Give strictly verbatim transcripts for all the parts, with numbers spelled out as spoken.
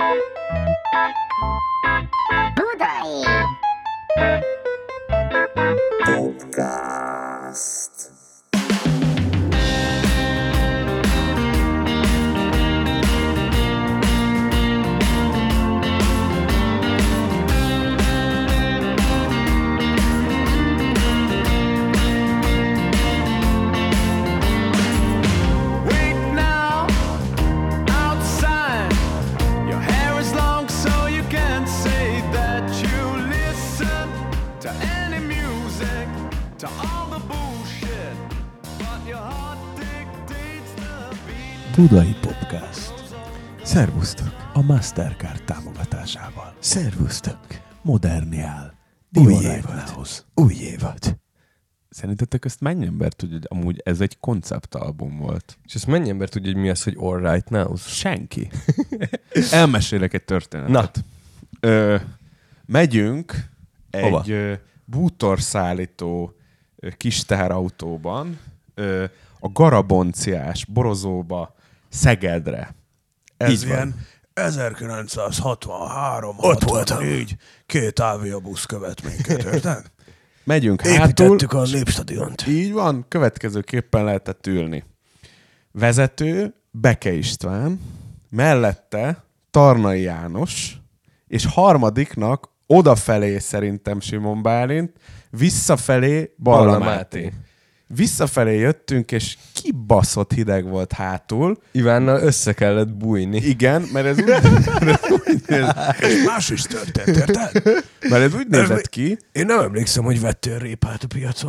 Podcast. Budai Podcast. Szervusztok! A Mastercard támogatásával. Szervusztok! Moderniál. Új évad. Új évad. Szerintetek ezt mennyi ember tudja, hogy amúgy ez egy konceptalbum volt? És ezt mennyi ember tudja, hogy mi az, hogy All Right Now? Senki. Elmesélek egy történetet. Na. Ö, megyünk Hova? egy ö, bútorszállító ö, kis teherautóban ö, a Garabonciás borozóba Szegedre. Ez Így ilyen van. ezerkilencszázhatvanhárom Ott hatvannégy két Avia busz követ minket, érted? megyünk hátul. Építettük a Népstadiont. Így van, következőképpen lehetett ülni. Vezető Beke István, mellette Tarnai János, és harmadiknak odafelé szerintem Simon Bálint, visszafelé Balla Balla Máté. Máté. Visszafelé jöttünk, és kibaszott hideg volt hátul. Ivánnal össze kellett bújni. Igen, mert ez úgy, mert ez úgy, néz, És más is történt, érted? mert ez úgy nézett ki, Én nem emlékszem, hogy vettél répát a piacon.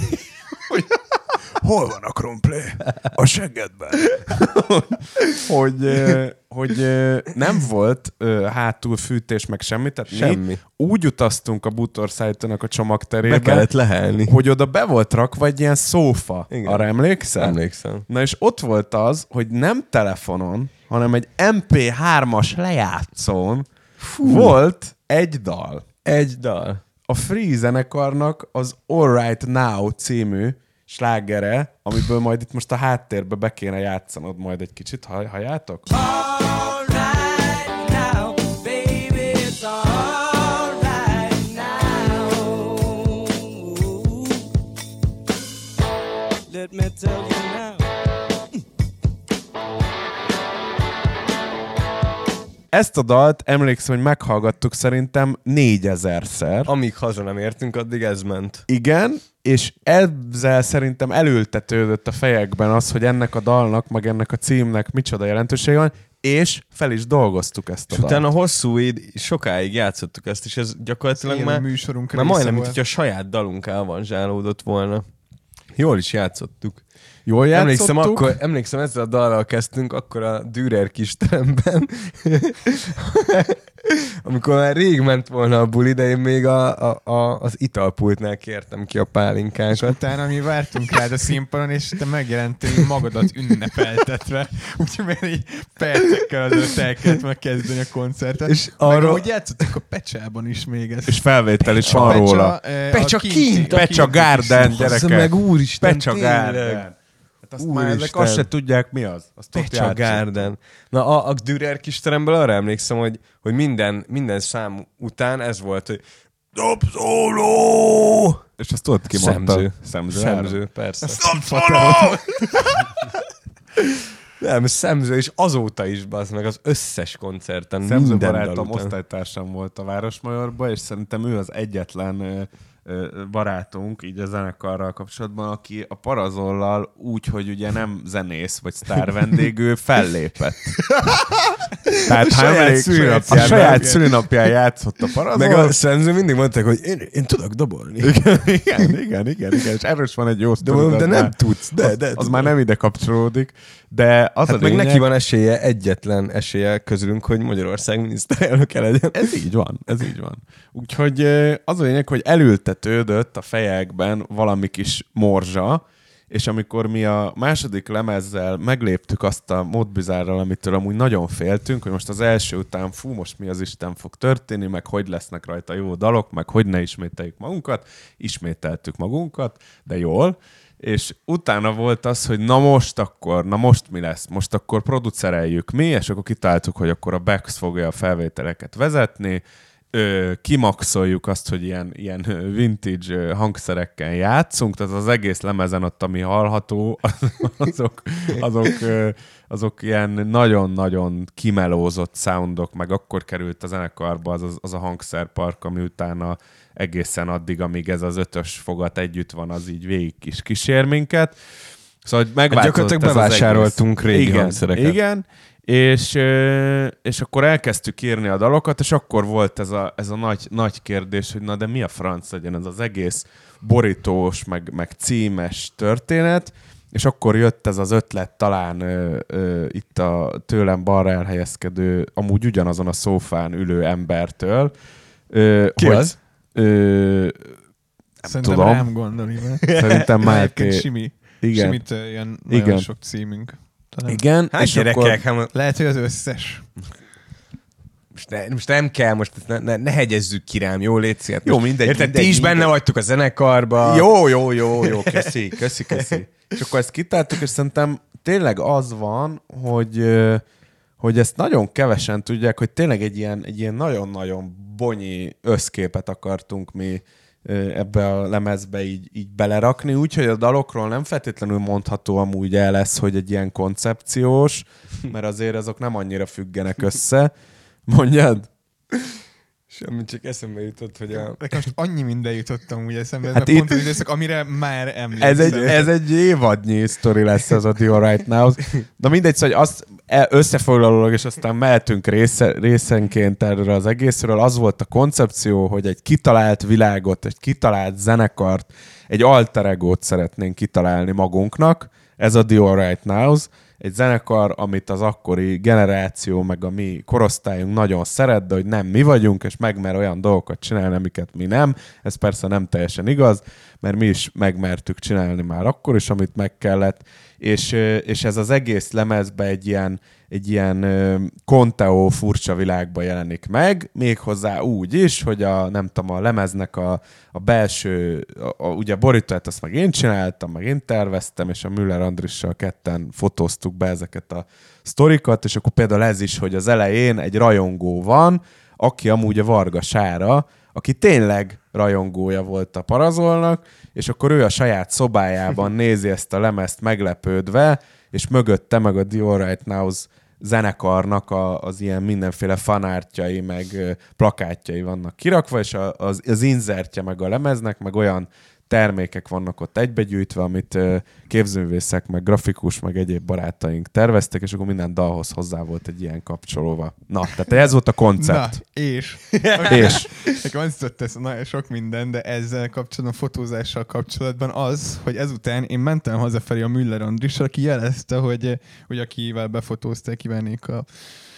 Hol van a krumpli? A seggedben. hogy, ö, hogy ö, nem volt ö, hátul fűtés, meg semmi. Tehát Semmi. mi úgy utaztunk a bútorszállítónak a csomagterébe, Be kellett lehelni. hogy oda be volt rakva egy ilyen szófa. Igen. Arra emlékszel? Emlékszem. Na és ott volt az, hogy nem telefonon, hanem egy em pé hármas lejátszón Fú. volt egy dal. Egy dal. A Free zenekarnak az All Right Now című slágere, amiből majd itt most a háttérbe be kéne játszanod majd egy kicsit, ha, halljátok? All right now, baby, it's all right now. Let me tell you now. Ezt a dalt emlékszem, hogy meghallgattuk szerintem négyezerszer. Amíg haza nem értünk, addig ez ment. Igen, és ezzel szerintem elültetődött a fejekben az, hogy ennek a dalnak, meg ennek a címnek micsoda jelentősége van, és fel is dolgoztuk ezt a És dalt. utána hosszú éd, sokáig játszottuk ezt, és ez gyakorlatilag már, műsorunk már majdnem, mint hogyha a saját dalunk elvanzsálódott volna. Jól is játszottuk. Jól játszottuk? Emlékszem, akkor, emlékszem, ezzel a dallal kezdtünk, akkor a Dürer kisteremben, amikor már rég ment volna a buli, de én még a, a, a, az italpultnál kértem ki a pálinkákat. Utána mi vártunk rád a színpadon, és te megjelentél így magadat ünnepeltetve. Úgyhogy már így percekkel azelőtt el kellett volna kezdeni a koncertet. És Meg arról- ahogy játszottuk a Pecsában is még ezt. És felvétel is A van Pecsa, róla. eh, Pecsa a kint, a Pecsa kint is. Garden, Bassza gyerekek. meg, úristen, Pecsa tényleg. Garden. Hát azt már ezek Úristen. azt se tudják, mi az. Azt ott Pecsa játszottuk. Garden. Na, a, a Dürer kisteremből arra emlékszem, hogy, hogy minden, minden szám után ez volt, hogy dobszóló! És azt tudod, ki mondta? Szemző. Szemző. Szemző, persze. Színpadon. Nem, szemző, és azóta is, bazd meg, az összes koncerten, Szemző minden dal barátom, után. osztálytársam volt a Városmajorban, és szerintem ő az egyetlen ö, ö, barátunk így a zenekarral kapcsolatban, aki a Parazollal úgy, hogy ugye nem zenész vagy sztár vendég, ő fellépett. Tehát ha saját emlék- szülinapján, a saját nem? szülinapján játszott a Parazol. Meg a szemző mindig mondták, hogy én, én tudok dobolni. igen, igen, igen, igen, igen, és erről is van egy jó De, sztori, mondom, az de nem már- tudsz. De, az, de, az tudom. már nem ide kapcsolódik, de az Hát a meg lényeg, neki van esélye, egyetlen esélye közülünk, hogy Magyarország miniszterelnöke legyen. Ez így van, ez így van. Úgyhogy ö, az a lényeg, hogy elültetődött a fejekben valami kis morzsa, és amikor mi a második lemezzel megléptük azt a módbizárral, amitől amúgy nagyon féltünk, hogy most az első után fú, most mi az Isten fog történni, meg hogy lesznek rajta jó dalok, meg hogy ne ismételjük magunkat, ismételtük magunkat, de jól, és utána volt az, hogy na most akkor, na most mi lesz? Most akkor producereljük mi, és akkor kitaláltuk, hogy akkor a Bex fogja a felvételeket vezetni, ö, kimaxoljuk azt, hogy ilyen, ilyen vintage hangszerekkel játszunk, tehát az egész lemezen ott, ami hallható, azok, azok, ö, azok ilyen nagyon-nagyon kimelózott soundok, meg akkor került a zenekarba az, az, az a hangszerpark, ami utána egészen addig, amíg ez az ötös fogat együtt van, az így végig is kísér minket. Szóval megváltozott gyakorlatilag ez az bevásároltunk egész. régi Igen, hangszereket. Igen, és, és akkor elkezdtük írni a dalokat, és akkor volt ez a, ez a nagy, nagy kérdés, hogy na de mi a franc legyen ez az egész borítós, meg, meg címes történet, és akkor jött ez az ötlet talán ö, ö, itt a tőlem balra elhelyezkedő, amúgy ugyanazon a szófán ülő embertől. Ö, Ki hogy, az? Ö, Szerintem tudom. rám gondolni. Szerintem már Egyébként Simi. igen. Simit ö, ilyen nagyon Igen. sok címünk. Talán. Igen, Hát és gyerekek, akkor... hát Lehet, hogy az összes. most, ne, most nem kell, most ezt ne, ne, ne hegyezzük ki rám, jó létszik. Hát Jó, most- mindegy, Érted, mindegy, ti is benne mindegy. vagytok a zenekarba. Jó, jó, jó, jó, köszi, köszi, köszi. És akkor ezt kitáltuk, és szerintem tényleg az van, hogy, ö, hogy ezt nagyon kevesen tudják, hogy tényleg egy ilyen, egy ilyen nagyon-nagyon bonyi összképet akartunk mi ö, ebbe a lemezbe így, így belerakni, úgyhogy a dalokról nem feltétlenül mondható amúgy el lesz, hogy egy ilyen koncepciós, mert azért azok nem annyira függenek össze. Mondjad? Semmi, csak eszembe jutott, hogy a... Nekem most annyi minden jutottam úgy eszembe, ez Hát hát itt- pont az időszak, amire már emlékszem. Ez egy, ez egy évadnyi sztori lesz az a The Alright Now. De mindegy, szóval hogy azt e- összefoglalólag, és aztán mehetünk része, részenként erről az egészről. Az volt a koncepció, hogy egy kitalált világot, egy kitalált zenekart, egy alter egót szeretnénk kitalálni magunknak. Ez a The Alright Now. Egy zenekar, amit az akkori generáció, meg a mi korosztályunk nagyon szeret, de hogy nem mi vagyunk, és megmer olyan dolgokat csinálni, amiket mi nem. Ez persze nem teljesen igaz, mert mi is megmertük csinálni már akkor is, amit meg kellett, és, és ez az egész lemezbe egy ilyen, egy ilyen Conteo furcsa világba jelenik meg, méghozzá úgy is, hogy a, nem tudom, a lemeznek a, a belső, a, a, ugye a borítóját azt meg én csináltam, meg én terveztem, és a Müller Andrissal ketten fotóztuk be ezeket a sztorikat, és akkor például ez is, hogy az elején egy rajongó van, aki amúgy a Varga Sára, aki tényleg rajongója volt a Parazolnak, és akkor ő a saját szobájában nézi ezt a lemezt meglepődve, és mögötte meg a The Alright Now zenekarnak a, az ilyen mindenféle fanártjai, meg ö, plakátjai vannak kirakva, és a, az, az inzertje meg a lemeznek, meg olyan termékek vannak ott egybegyűjtve, amit ö, képzőművészek, meg grafikus, meg egyéb barátaink terveztek, és akkor minden dalhoz hozzá volt egy ilyen kapcsolóva. Na, tehát ez volt a koncept. Na, és? És? Nekem az jutott ez nagyon sok minden, de ezzel kapcsolatban, fotózással kapcsolatban az, hogy ezután én mentem hazafelé a Müller Andrissal, aki jelezte, hogy, hogy akivel befotózták, kivennék a,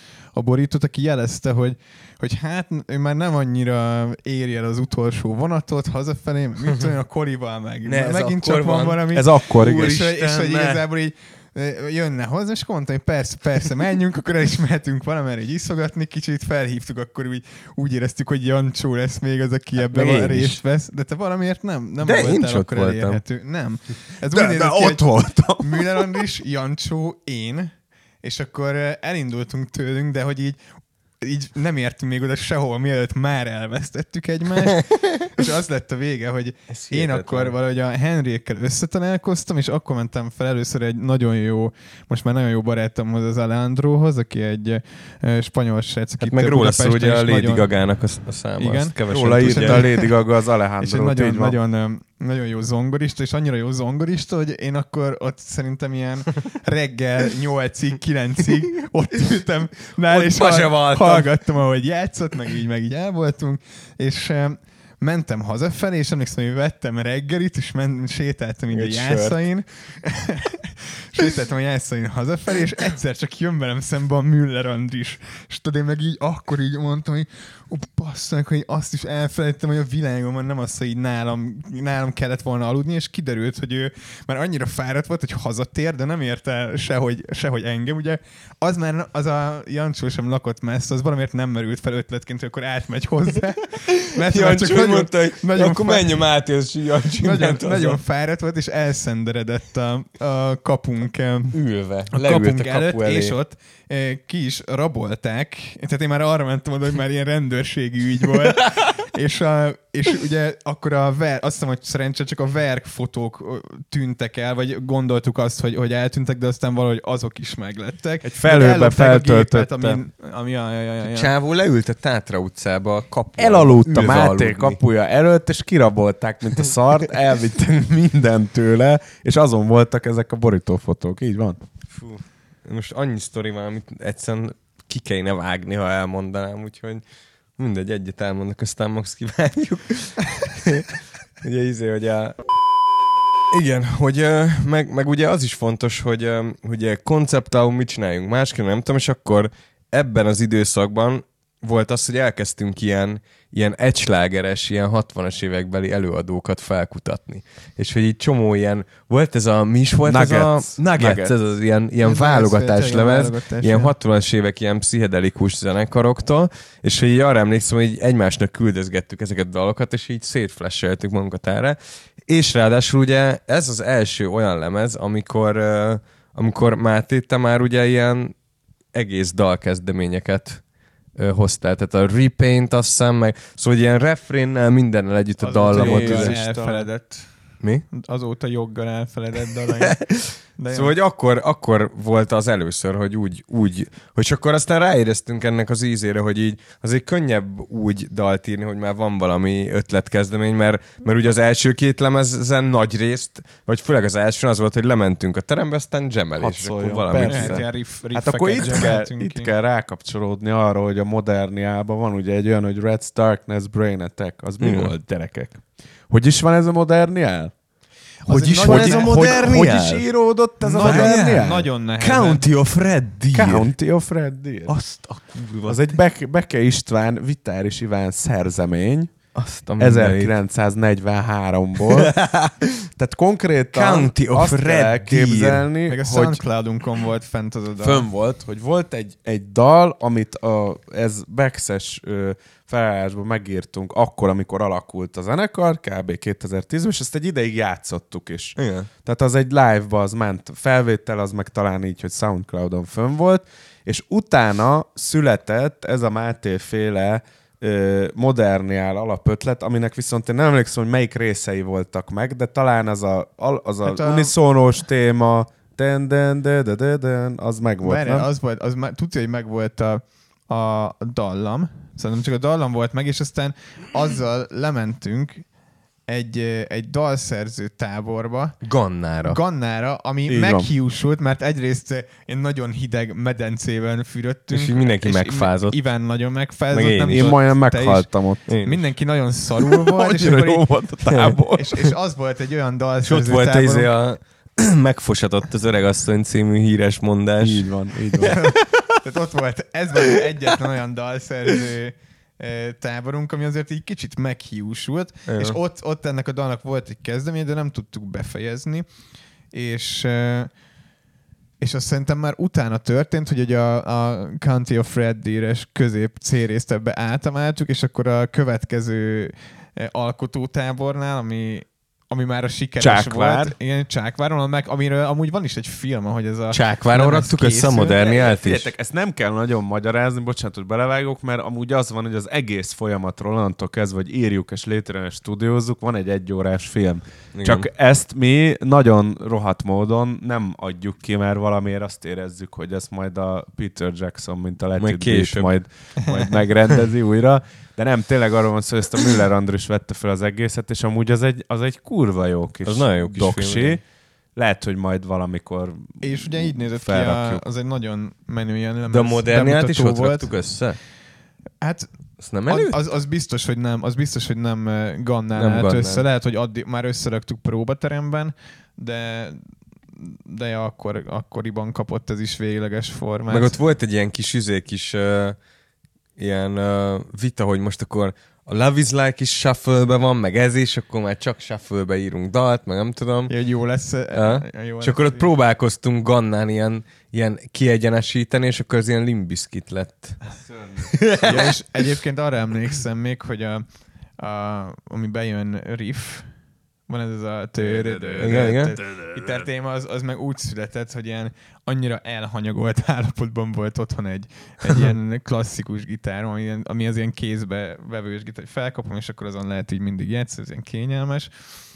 a borítót, aki jelezte, hogy, hogy hát ő már nem annyira éri el az utolsó vonatot hazafelé, mit tudom, a kolival meg. Ne, ez megint akkor csak van van. valami. Ez akkor, igen. És, hogy- és Úristen, hogy ne. igazából így ö, jönne hozzá, és mondta, hogy persze, persze, menjünk, akkor el is mehetünk valamerre így iszogatni, kicsit felhívtuk, akkor úgy, úgy éreztük, hogy Jancsó lesz még az, aki ebben meg én részt is. vesz, de te valamiért nem, nem De én is voltál ott akkor voltam. elérhető. Nem. Ez De, úgy de nézett ki, ott voltam. hogy Müller Andris, Jancsó, én, és akkor ö, elindultunk tőlünk, de hogy így így nem értünk még oda sehol, mielőtt már elvesztettük egymást, és az lett a vége, hogy Ez én hihetetlen. akkor valahogy a Henriekkel összetalálkoztam, és akkor mentem fel először egy nagyon jó, most már nagyon jó barátomhoz, az Alejandrohoz, aki egy uh, spanyol srác, aki Hát meg itt róla szól Budapesten ugye a is Lady nagyon- Gagának a, a száma. Igen. azt kevesen Róla írta tudják. a Lady Gaga az és egy Alejandro. nagyon, nagyon, öm, nagyon jó zongorista, és annyira jó zongorista, hogy én akkor ott szerintem ilyen reggel nyolcig, kilencig ott ültem nála, Ott és hall- bazsavaltam. hallgattam, ahogy játszott, meg így, meg így el voltunk, és öm, mentem hazafelé, és emlékszem, hogy vettem reggelit, és men- sétáltam így a Egy Jászain. sétáltam a Jászain hazafelé, és egyszer csak jön velem szembe a Müller Andris. És tudod, én meg így akkor így mondtam, hogy ó, basszak, hogy azt is elfelejtettem, hogy a világomon nem az, hogy így nálam, nálam kellett volna aludni, és kiderült, hogy ő már annyira fáradt volt, hogy hazatér, de nem ért el sehogy, sehogy engem, ugye. Az már, az a Jancsó sem lakott messze, az valamiért nem merült fel ötletként, hogy akkor átmegy hozzá. Mert már csak Jancsó mondta, hogy nagyon akkor fáj- menj a Mátéhoz Jancsi, Nagyon, ment haza. nagyon fáradt volt, és elszenderedett a, a kapunk Ülve. a Leült kapunk a kapu előtt, elé. és ott eh, ki is rabolták. Tehát én már arra mentem oda, hogy már ilyen rendőrségi ügy volt. és, a, és ugye akkor a ver, azt hiszem, hogy szerencsére csak a verk fotók ö, tűntek el, vagy gondoltuk azt, hogy, hogy eltűntek, de aztán valahogy azok is meglettek. Egy felhőbe Ellopták a gépet, feltöltötte. amin, ami, ja, ja, ja, ja. Csávó leült a Tátra utcába a kapu. Elaludt a ülve Máté aludni. kapuja előtt, és kirabolták, mint a szart, elvittek mindent tőle, és azon voltak ezek a borítófotók. Így van. Fú. Most annyi sztori van, amit egyszerűen ki kéne vágni, ha elmondanám, úgyhogy mindegy, egyet elmondok, aztán max kivágjuk. Ugye izé, hogy a... Igen, hogy ö, meg, meg ugye az is fontos, hogy ö, ugye konceptálunk, mit csináljunk másképp, nem tudom, és akkor ebben az időszakban volt az, hogy elkezdtünk ilyen, ilyen egyslágeres, ilyen hatvanas évekbeli előadókat felkutatni. És hogy így csomó ilyen, volt ez a, mi is volt Nuggets. ez a... Nuggets, Nuggets. ez az ilyen, ilyen Ez válogatás igen, lemez, válogatás, ilyen ja. hatvanas évek ilyen pszichedelikus zenekaroktól, és hogy így arra emlékszem, hogy így egymásnak küldözgettük ezeket a dalokat, és így szétflasheltük magunkat erre. És ráadásul ugye ez az első olyan lemez, amikor, uh, amikor Máté, te már ugye ilyen egész dalkezdeményeket uh, hoztál. Tehát a Repaint, azt hiszem, meg szóval ilyen refrénnel, mindennel együtt a Azóta dallamot. joggal üzes- elfeledett. Mi? Azóta joggal elfeledett dalai. De Szóval, hogy akkor, akkor volt az először, hogy úgy, úgy, hogy csak akkor aztán ráéreztünk ennek az ízére, hogy így azért könnyebb úgy dalt írni, hogy már van valami ötletkezdemény, mert, mert ugye az első két lemezen nagy részt, vagy főleg az első az volt, hogy lementünk a terembe, aztán jamelés, Hadd és akkor szóljon, valamit. persze. hát ilyen riff, Hát akkor itt kell, gemmeltünk itt ki. kell rákapcsolódni arra, hogy a moderniában van ugye egy olyan, hogy Red's Darkness Brain Attack. Az mi Igen. volt, gyerekek? Hogy is van ez a moderniál? Hogy is nagyon- van ez a hogy- moderniál? Hogy, hogy is íródott ez a Nagyon, moderniál? nagyon nehezen. County of Red Deer. County of Red Deer. Azt a kurva. Az egy Beke, Beke István, Vitár és Iván szerzemény Azt a mindenit. ezerkilencszáznegyvenháromból. Tehát konkrétan County of azt kell Red elképzelni, Meg a hogy Soundcloudunkon volt fent az a dal. fönn volt, hogy volt egy, egy dal, amit a, ez Bex-es ö, felállásban megírtunk akkor, amikor alakult a zenekar, kb. kétezer-tízben, és ezt egy ideig játszottuk is. Igen. Tehát az egy live-ba az ment, felvétel az meg talán így, hogy Soundcloudon fönn volt, és utána született ez a Máté féle ö, moderniál alapötlet, aminek viszont én nem emlékszem, hogy melyik részei voltak meg, de talán az a, al- az a, Hát hát a- uniszónós téma, den, den, de, de, de, den, az meg volt, Várjál, nem? az volt, az már, tudja, hogy megvolt a, a dallam, szerintem csak a dallam volt meg, és aztán azzal lementünk egy, egy dalszerző táborba, Gannára. Gannára, ami Így van. meghiúsult, mert egyrészt egy nagyon hideg medencében fürödtünk. És így mindenki és megfázott. Iván nagyon megfázott. Meg én nem is. Én tudom, majdnem te is. meghaltam ott. Én is. Mindenki nagyon szarul volt, és, Annyira akkor jó így, volt a tábor. és, és az volt egy olyan És dalszerző ott volt táborunk, izé a megfosatott az öregasszony című híres mondás. Így van, így van. Tehát ott volt, ez volt az egyetlen olyan dalszerző eh, táborunk, ami azért így kicsit meghiúsult, Ja. és ott, ott ennek a dalnak volt egy kezdeménye, de nem tudtuk befejezni, és eh, és azt szerintem már utána történt, hogy ugye a, a County of Red Deer-es közép C-részt ebbe átemeltük, és akkor a következő eh, alkotótábornál, ami ami már a sikeres Csákvár. volt. Igen, Csákváron, meg, amiről amúgy van is egy film, ahogy ez a Csákváron lemez raktuk össze a készült. moderniát is. Figyeljetek, ezt nem kell nagyon magyarázni, bocsánat, hogy belevágok, mert amúgy az van, hogy az egész folyamatról onnantól kezdve, hogy írjuk és létrejön, stúdiózzuk, van egy egyórás film. Igen. Csak ezt mi nagyon rohadt módon nem adjuk ki, mert valamiért azt érezzük, hogy ezt majd a Peter Jackson, mint a Let Majd It Be-t később. majd, majd megrendezi újra. De nem, tényleg arról van szó, hogy ezt a Müller Andris vette fel az egészet, és amúgy az egy, az egy kurva jó kis Az nagyon jó kis doksi. film, igen. Lehet, hogy majd valamikor És ugye így nézett ki, a, felrakjuk. az egy nagyon menő ilyen lemez. De a moderniát is bemutató ott raktuk össze? Hát Azt nem az, előtt? az, az, biztos, hogy nem, az biztos, hogy nem eh, Gannán Nem állt Gannán. össze. Lehet, hogy addig már összeraktuk próbateremben, de de ja, akkor, akkoriban kapott ez is végleges formát. Meg ott volt egy ilyen kis üzé, kis uh, ilyen uh, vita, hogy most akkor a Love is Like is shuffle-be van, meg ez is, akkor már csak shuffle-be írunk dalt, meg nem tudom. Ja, hogy jó lesz. Ja. Ja, jó És lesz akkor ott így. próbálkoztunk Gannán ilyen, ilyen kiegyenesíteni, és akkor az ilyen Limp Bizkit lett. Ja, és egyébként arra emlékszem még, hogy a, a, ami bejön riff, van ez, ez a Igen, igen. gitartéma, az, az meg úgy született, hogy ilyen annyira elhanyagolt állapotban volt otthon egy, egy ilyen klasszikus gitár, ami, ilyen, ami az ilyen kézbe vevős gitár, hogy felkapom, és akkor azon lehet így mindig játszani, ez ilyen kényelmes.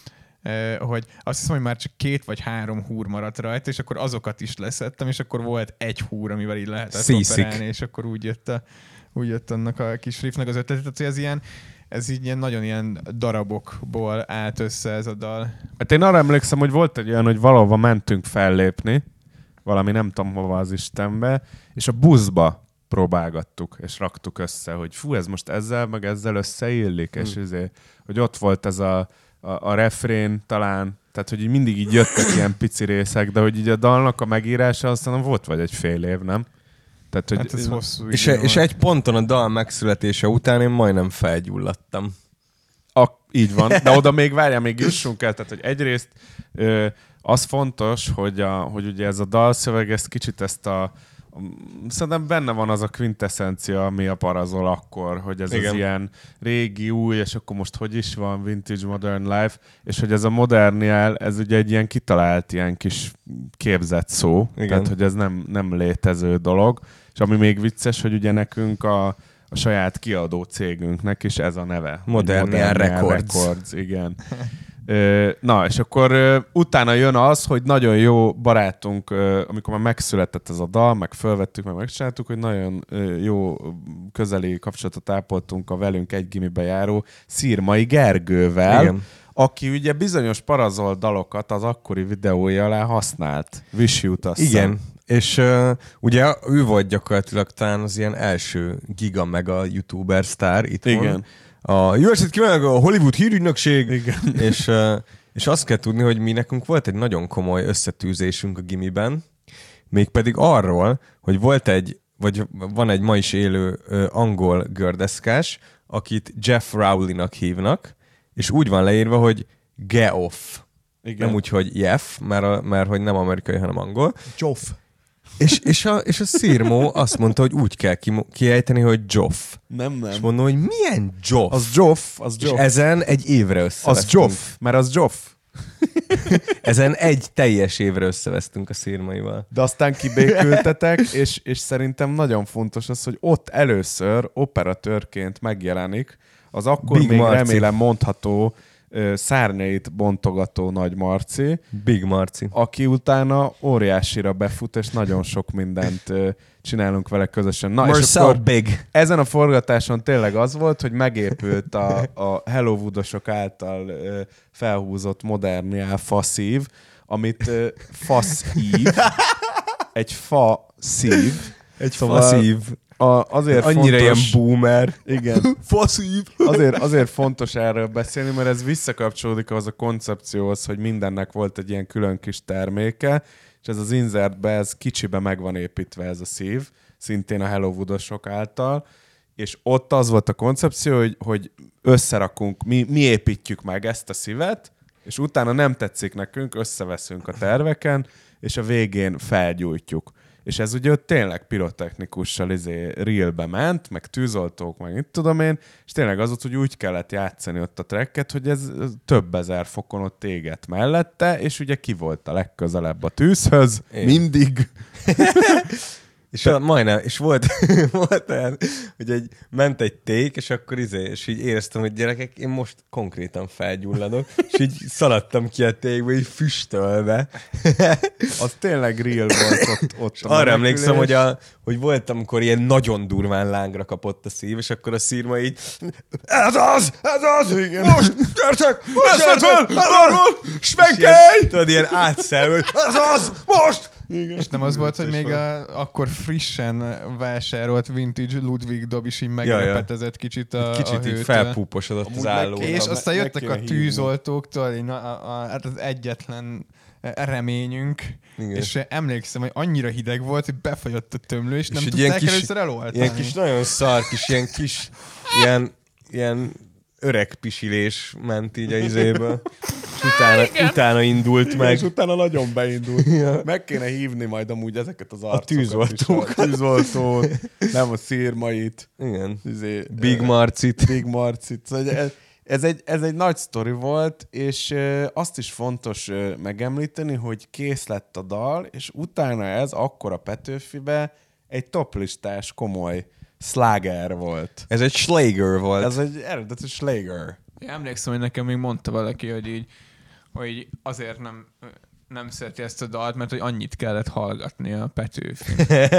Uh, hogy azt hiszem, hogy már csak két vagy három húr maradt rajta, és akkor azokat is leszettem, és akkor volt egy húr, amivel így lehetett Szíszik. operálni, és akkor úgy jött, a, úgy jött annak a kis riffnek az ötletet, hogy ez ilyen, ez így ilyen nagyon ilyen darabokból állt össze ez a dal. Hát én arra emlékszem, hogy volt egy olyan, hogy valahova mentünk fellépni, valami nem tudom hova az Istenbe, és a buszba próbálgattuk, és raktuk össze, hogy fú, ez most ezzel, meg ezzel összeillik, hmm. és ezért, hogy ott volt ez a A, a refrén talán, tehát hogy így mindig így jöttek ilyen pici részek, de hogy így a dalnak a megírása aztán volt vagy egy fél év, nem? Tehát, hogy Hát ez hosszú És, idő és volt. egy ponton a dal megszületése után én majdnem felgyulladtam. a, így van, de oda még várjál, még jussunk el, tehát hogy egyrészt ö, az fontos, hogy, a, hogy ugye ez a dalszöveg, ez kicsit ezt a szerintem benne van az a quintessencia, ami a parazol akkor, hogy ez Igen. az ilyen régi, új, és akkor most hogy is van, vintage, modern life, és hogy ez a moderniál, ez ugye egy ilyen kitalált, ilyen kis képzett szó, Igen. tehát hogy ez nem, nem létező dolog, és ami még vicces, hogy ugye nekünk a, a saját kiadó cégünknek is ez a neve. Modernial Records. Records. Igen. Ö, Na, és akkor ö, utána jön az, hogy nagyon jó barátunk, ö, amikor már megszületett ez a dal, meg fölvettük, meg megcsináltuk, hogy nagyon ö, jó közeli kapcsolatot ápoltunk a velünk egy gimibe járó Szirmai Gergővel, Igen. aki ugye bizonyos parazol dalokat az akkori videója alá használt. Wish You-t azt hiszem. Igen. És uh, ugye ő volt gyakorlatilag talán az ilyen első giga mega youtuber sztár itt Igen. A jó estét kívánok, a Hollywood hírügynökség. Igen. És, uh, és azt kell tudni, hogy mi nekünk volt egy nagyon komoly összetűzésünk a gimiben, mégpedig arról, hogy volt egy, vagy van egy ma is élő uh, angol gördeszkás, akit Jeff Rowley-nak hívnak, és úgy van leírva, hogy Geoff. Igen. Nem úgy, hogy Jeff, mert, a, mert hogy nem amerikai, hanem angol. Joff. És, és, a, és a Szirmó azt mondta, hogy úgy kell ki, kiejteni, hogy Joff. Nem, nem. És mondom, hogy milyen Joff? Az Joff, az És Joff. ezen egy évre Az összevesztünk. Joff, mert az Joff. Ezen egy teljes évre összevesztünk a Szirmaival. De aztán kibékültetek, és, és szerintem nagyon fontos az, hogy ott először operatőrként megjelenik az akkor Big még Marci. remélem mondható ö, szárnyait bontogató Nagy Marci, Big Marci. aki utána óriásira befut, és nagyon sok mindent ö, csinálunk vele közösen. Na, és Marcel akkor Big. ezen a forgatáson tényleg az volt, hogy megépült a, a Hello Woodosok által ö, felhúzott moderniál faszív, amit ö, faszív, egy fa szív. Egy Szóval faszív. A, azért Annyira fontos, ilyen boomer. igen, Faszív. azért, azért fontos erről beszélni, mert ez visszakapcsolódik az a koncepcióhoz, hogy mindennek volt egy ilyen külön kis terméke, és ez az insertbe, ez kicsibe meg van építve ez a szív, szintén a Hello Woodosok által, és ott az volt a koncepció, hogy, hogy összerakunk, mi, mi építjük meg ezt a szívet, és utána nem tetszik nekünk, összeveszünk a terveken, és a végén felgyújtjuk. És ez ugye ott tényleg pirotechnikussal izé realbe ment, meg tűzoltók, meg mit tudom én, és tényleg az ott, hogy úgy kellett játszani ott a tracket, hogy ez ez több ezer fokon ott égett mellette, és ugye ki volt a legközelebb a tűzhöz, Én. mindig. És a, majdnem, és volt, volt olyan, hogy egy, ment egy ték, és akkor izé, és így éreztem, hogy gyerekek, én most konkrétan felgyulladok, és így szaladtam ki a tékbe, így füstölve. Az tényleg real volt ott. ott a Arra menekülés. emlékszem, hogy, a, hogy volt, amikor ilyen nagyon durván lángra kapott a szív, és akkor a Szirma így ez az! Ez az! Igen. Most! Gyertek! Most! Gyertek! Svenkelj! Tudod, ilyen átszelő, ez az! Most! Igen. És nem az volt, hogy még a, akkor frissen vásárolt vintage Ludwig dob is így meglepetezett kicsit a, Kicsit a így hőtől. felpúposodott Amúgy az meg álló. kéne- És meg- aztán meg jöttek kéne a hívni. tűzoltóktól, én a, a, a, hát az egyetlen reményünk, Igen. és emlékszem, hogy annyira hideg volt, hogy befagyott a tömlő, és, És nem egy ilyen tudták kis- először eloltani. Ilyen kis nagyon szar kis, ilyen kis, ilyen, ilyen öreg pisilés ment így a izéből. És utána, utána indult meg. És utána nagyon beindult. Ja. Meg kéne hívni majd amúgy ezeket az arcokat tűzoltókat. is. A tűzoltót, nem a Szirmait, Igen. izé, Big ö, Marcit. Big Marcit. Szóval ez, Ez egy, ez egy nagy sztori volt, és ö, azt is fontos ö, megemlíteni, hogy kész lett a dal, és utána ez akkor a Petőfibe egy toplistás komoly sláger volt. Ez egy Schlager volt. Ez egy eredeti sláger. Én emlékszem, hogy nekem még mondta valaki, hogy így, hogy azért nem, nem szereti ezt a dalt, mert hogy annyit kellett hallgatni a Petőfin.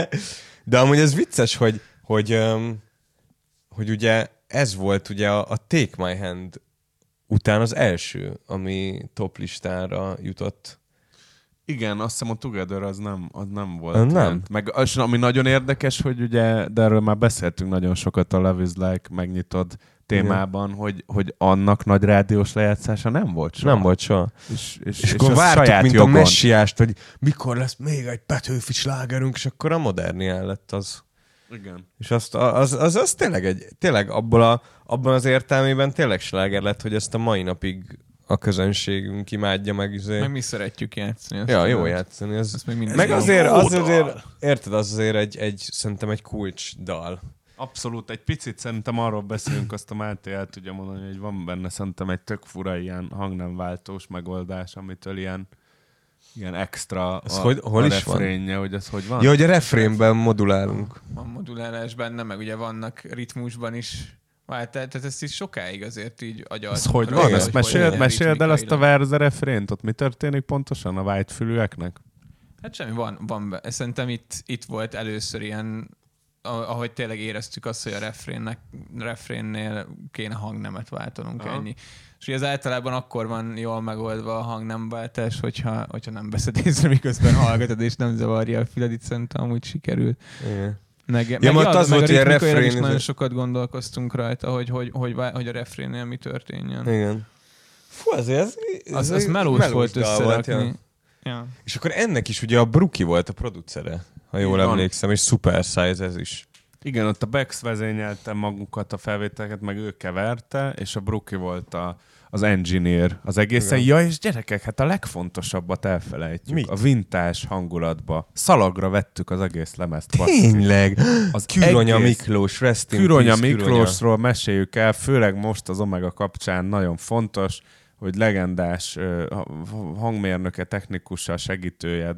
De amúgy ez vicces, hogy, hogy, um, hogy ugye ez volt ugye a, a Take My Hand után az első, ami top listára jutott. Igen, azt hiszem a Together az nem, az nem volt. Nem? Lent. Meg az, ami nagyon érdekes, hogy ugye, de erről már beszéltünk nagyon sokat a Love is Like megnyitod témában, hogy, hogy annak nagy rádiós lejátszása nem volt soha. Nem volt soha. És, és, És, és akkor az vártuk, saját mint jogon. a messiást, hogy mikor lesz még egy Petőfi slágerünk, és akkor a Modernián lett az. Igen. És azt, az, az, az tényleg, egy, tényleg abból a, abban az értelmében tényleg sláger lett, hogy ezt a mai napig a közönségünk imádja meg. Izé. Meg mi szeretjük játszani. azt Ja, jó tudod. játszani. Az, Azt még mindig meg jó. azért, az Jó azért, dal. érted, az azért egy, egy, szerintem egy kulcs dal. Abszolút, egy picit szerintem arról beszélünk, azt a Máté el tudja mondani, hogy van benne szerintem egy tök fura ilyen hangnemváltós megoldás, amitől ilyen, ilyen extra Ez a, hogy- hol a is van? refrénje, hogy ez hogy van? Ja, hogy a refrénben modulálunk. Van modulálás benne, meg ugye vannak ritmusban is. Vár, tehát, tehát ezt is sokáig azért így agyalt. Ez hogy van? van? Igen, Ezt meséld, hogy meséld el ezt a ritmikailag. verze refrént, ott mi történik pontosan a whitefülűeknek? Hát semmi, van, van be. Szerintem itt, itt volt először ilyen, ah- ahogy tényleg éreztük azt, hogy a refrénnek, refrénnél kéne hangnemet váltanunk, Aha. ennyi. És ugye ez általában akkor van jól megoldva a hangnemváltás, hogyha, hogyha nem veszed észre, miközben hallgatod, és nem zavarja a füled, itt szerintem amúgy sikerült. Igen. Meg, Ja, meg, mert ja, az meg volt, a hogy a ritmikailag is refrén- nagyon sokat gondolkoztunk rajta, hogy, hogy, hogy, hogy, hogy a refrénnél mi történjen. Igen. Fú, azért ez, ez Az, az egy melós volt dal összerakni. ja. Ja. És akkor ennek is ugye a Bruki volt a producere, ha jól Így van. emlékszem, és Super Size ez is. Igen, ott a Bex vezényelte magukat, a felvételeket, meg ő keverte, és a Brookie volt a, az engineer az egészen. Igen. Ja, és gyerekek, hát a legfontosabbat elfelejtjük. Mit? A vintage hangulatba. Szalagra vettük az egész lemezt. basszus. Tényleg! Az Küronya egész- Miklós, rest in Küronya peace, Miklósról meséljük el, főleg most az Omega kapcsán nagyon fontos, hogy legendás ö, ha- hangmérnöke, technikusa, segítője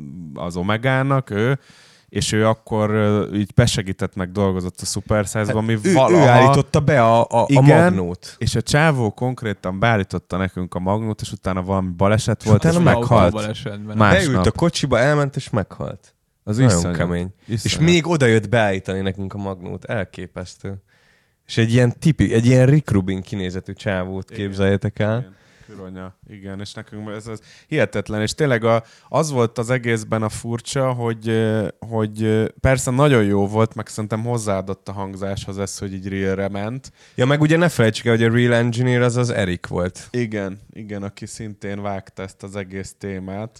az Omegának, ő, és ő akkor ö, így besegített, meg dolgozott a Super Size-ban, ami Hát ő, valaha... ő állította be a, a, a Igen. magnót. És a csávó konkrétan beállította nekünk a magnót, és utána valami baleset volt, és, utána és meghalt. Balesetben. Már- Beült Másnap. a kocsiba, elment és meghalt. Az Nagyon iszonyat. kemény. És Iszonyat. még oda jött beállítani nekünk a magnót. Elképesztő. És egy ilyen tipi, egy ilyen Rick Rubin kinézetű csávót Igen. képzeljétek el. Igen. Küronya, igen, és nekünk ez az hihetetlen, és tényleg a, az volt az egészben a furcsa, hogy, eh, hogy eh, persze nagyon jó volt, meg szerintem hozzáadott a hangzáshoz ez, hogy így realre ment. Ja, meg ugye ne felejtsük el, hogy a Real Engineer az az Erik volt. Igen, igen, aki szintén vágta ezt az egész témát.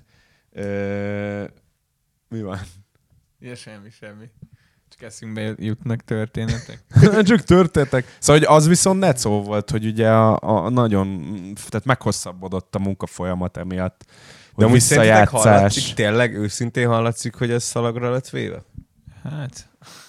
E, mi van? Ja, semmi, semmi. Csak eszünkbe jutnak történetek. Csak történtek. Szóval hogy az viszont necó volt, hogy ugye a, a nagyon, tehát meghosszabbodott a munkafolyamat emiatt. De Hogy amúgy szerintetek visszajátszás. hallatszik, tényleg őszintén hallatszik, hogy ez szalagra lett véve? Hát,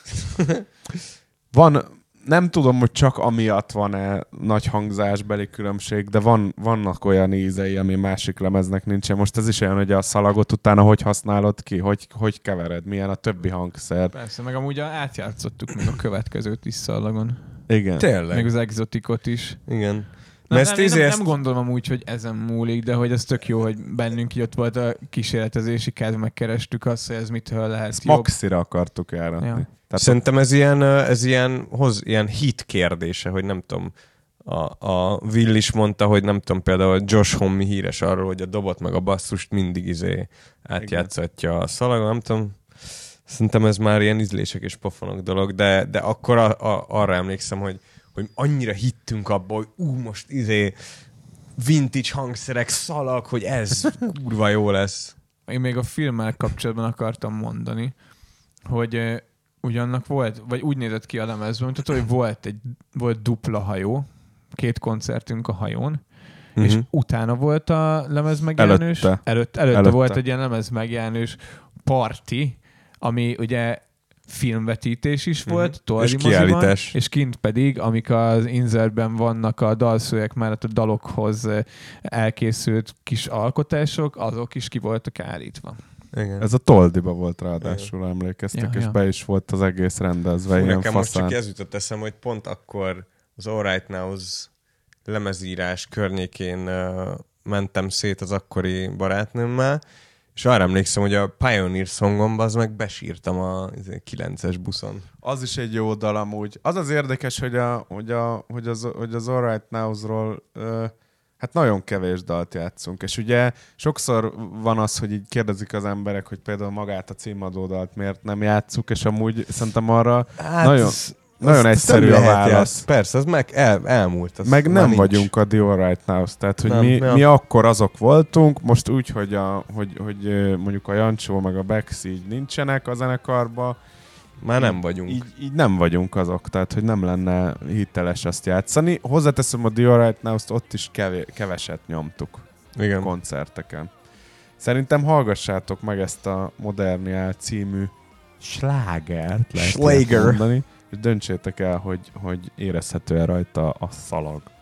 Van, nem tudom, hogy csak amiatt van-e nagy hangzásbeli különbség, de van, vannak olyan ízei, ami másik lemeznek nincsen. Most ez is olyan, hogy a szalagot utána hogy használod ki, hogy, hogy kevered, milyen a többi hangszer. persze, meg amúgy átjátszottuk még a következőt is szallagon. Igen. Tényleg? Meg az exotikot is. Igen. Nem, Mert nem, ezt én izé, nem, ezt... nem gondolom amúgy, hogy ezen múlik, de hogy ez tök jó, hogy bennünk így ott volt a kísérletezési kedv, megkerestük azt, hogy ez mitől lehet Ezt jobb. maxira akartuk járatni. Ja. Tehát Szerintem ez ilyen, ö, ez ilyen, hoz, ilyen hit kérdése, hogy nem tudom, a, a Will is mondta, hogy nem tudom, például Josh Homme híres arról, hogy a dobot meg a basszust mindig izé átjátszatja a szalagon, nem tudom. Szerintem ez már ilyen ízlések és pofonok dolog, de, de akkor a, a, arra emlékszem, hogy, hogy annyira hittünk abba, hogy ú, most izé vintage hangszerek, szalag, hogy ez kurva jó lesz. Én még a filmmel kapcsolatban akartam mondani, hogy uh, ugyannak volt, vagy úgy nézett ki a lemezben, mint hogy volt egy volt dupla hajó, két koncertünk a hajón, Mhm. és utána volt a lemez megjelenős. Előtte. Előtt, előtte, Előtte. volt egy ilyen lemez megjelenős party, ami ugye filmvetítés is volt, Mhm. Toldi És moziban, kiállítás. és kint pedig, amik az insertben vannak a dalszövegek mellett a dalokhoz eh, elkészült kis alkotások, azok is ki voltak állítva. Igen. Ez a Toldiba volt ráadásul, emlékeztek, Ja, és ja. be is volt az egész rendezve, Fú, ilyen nekem most faszán. csak ez jutott eszem, hogy pont akkor az All Right Now-z lemezírás környékén uh, mentem szét az akkori barátnőmmel, és arra emlékszem, hogy a Pioneer Songomba az meg besírtam a izé, kilences buszon. Az is egy jó dal amúgy. Az az érdekes, hogy, a, hogy, a, hogy, az, hogy az All Right Now-ról ö, hát nagyon kevés dalt játszunk. És ugye sokszor van az, hogy így kérdezik az emberek, hogy például magát a címadó dalt miért nem játszuk, és amúgy szerintem arra Hát, nagyon, nagyon egyszerű a válasz. Persze, az meg el, elmúlt. Az Meg már nem nincs. vagyunk a The All Right Now-s, tehát hogy Nem, mi, ja. mi akkor azok voltunk, most úgy, hogy, a, hogy, hogy ö, mondjuk a Jancsó meg a Bex így nincsenek a zenekarba, Már nem vagyunk. Így, így nem vagyunk azok, tehát hogy nem lenne hiteles azt játszani. Hozzáteszem a The All Right Now-t, ott is kevé, keveset nyomtuk Igen. koncerteken. Szerintem hallgassátok meg ezt a Moderniál című slágert, lehet Schlager. ilyet mondani, és döntsétek el, hogy, hogy érezhető-e rajta a szalag.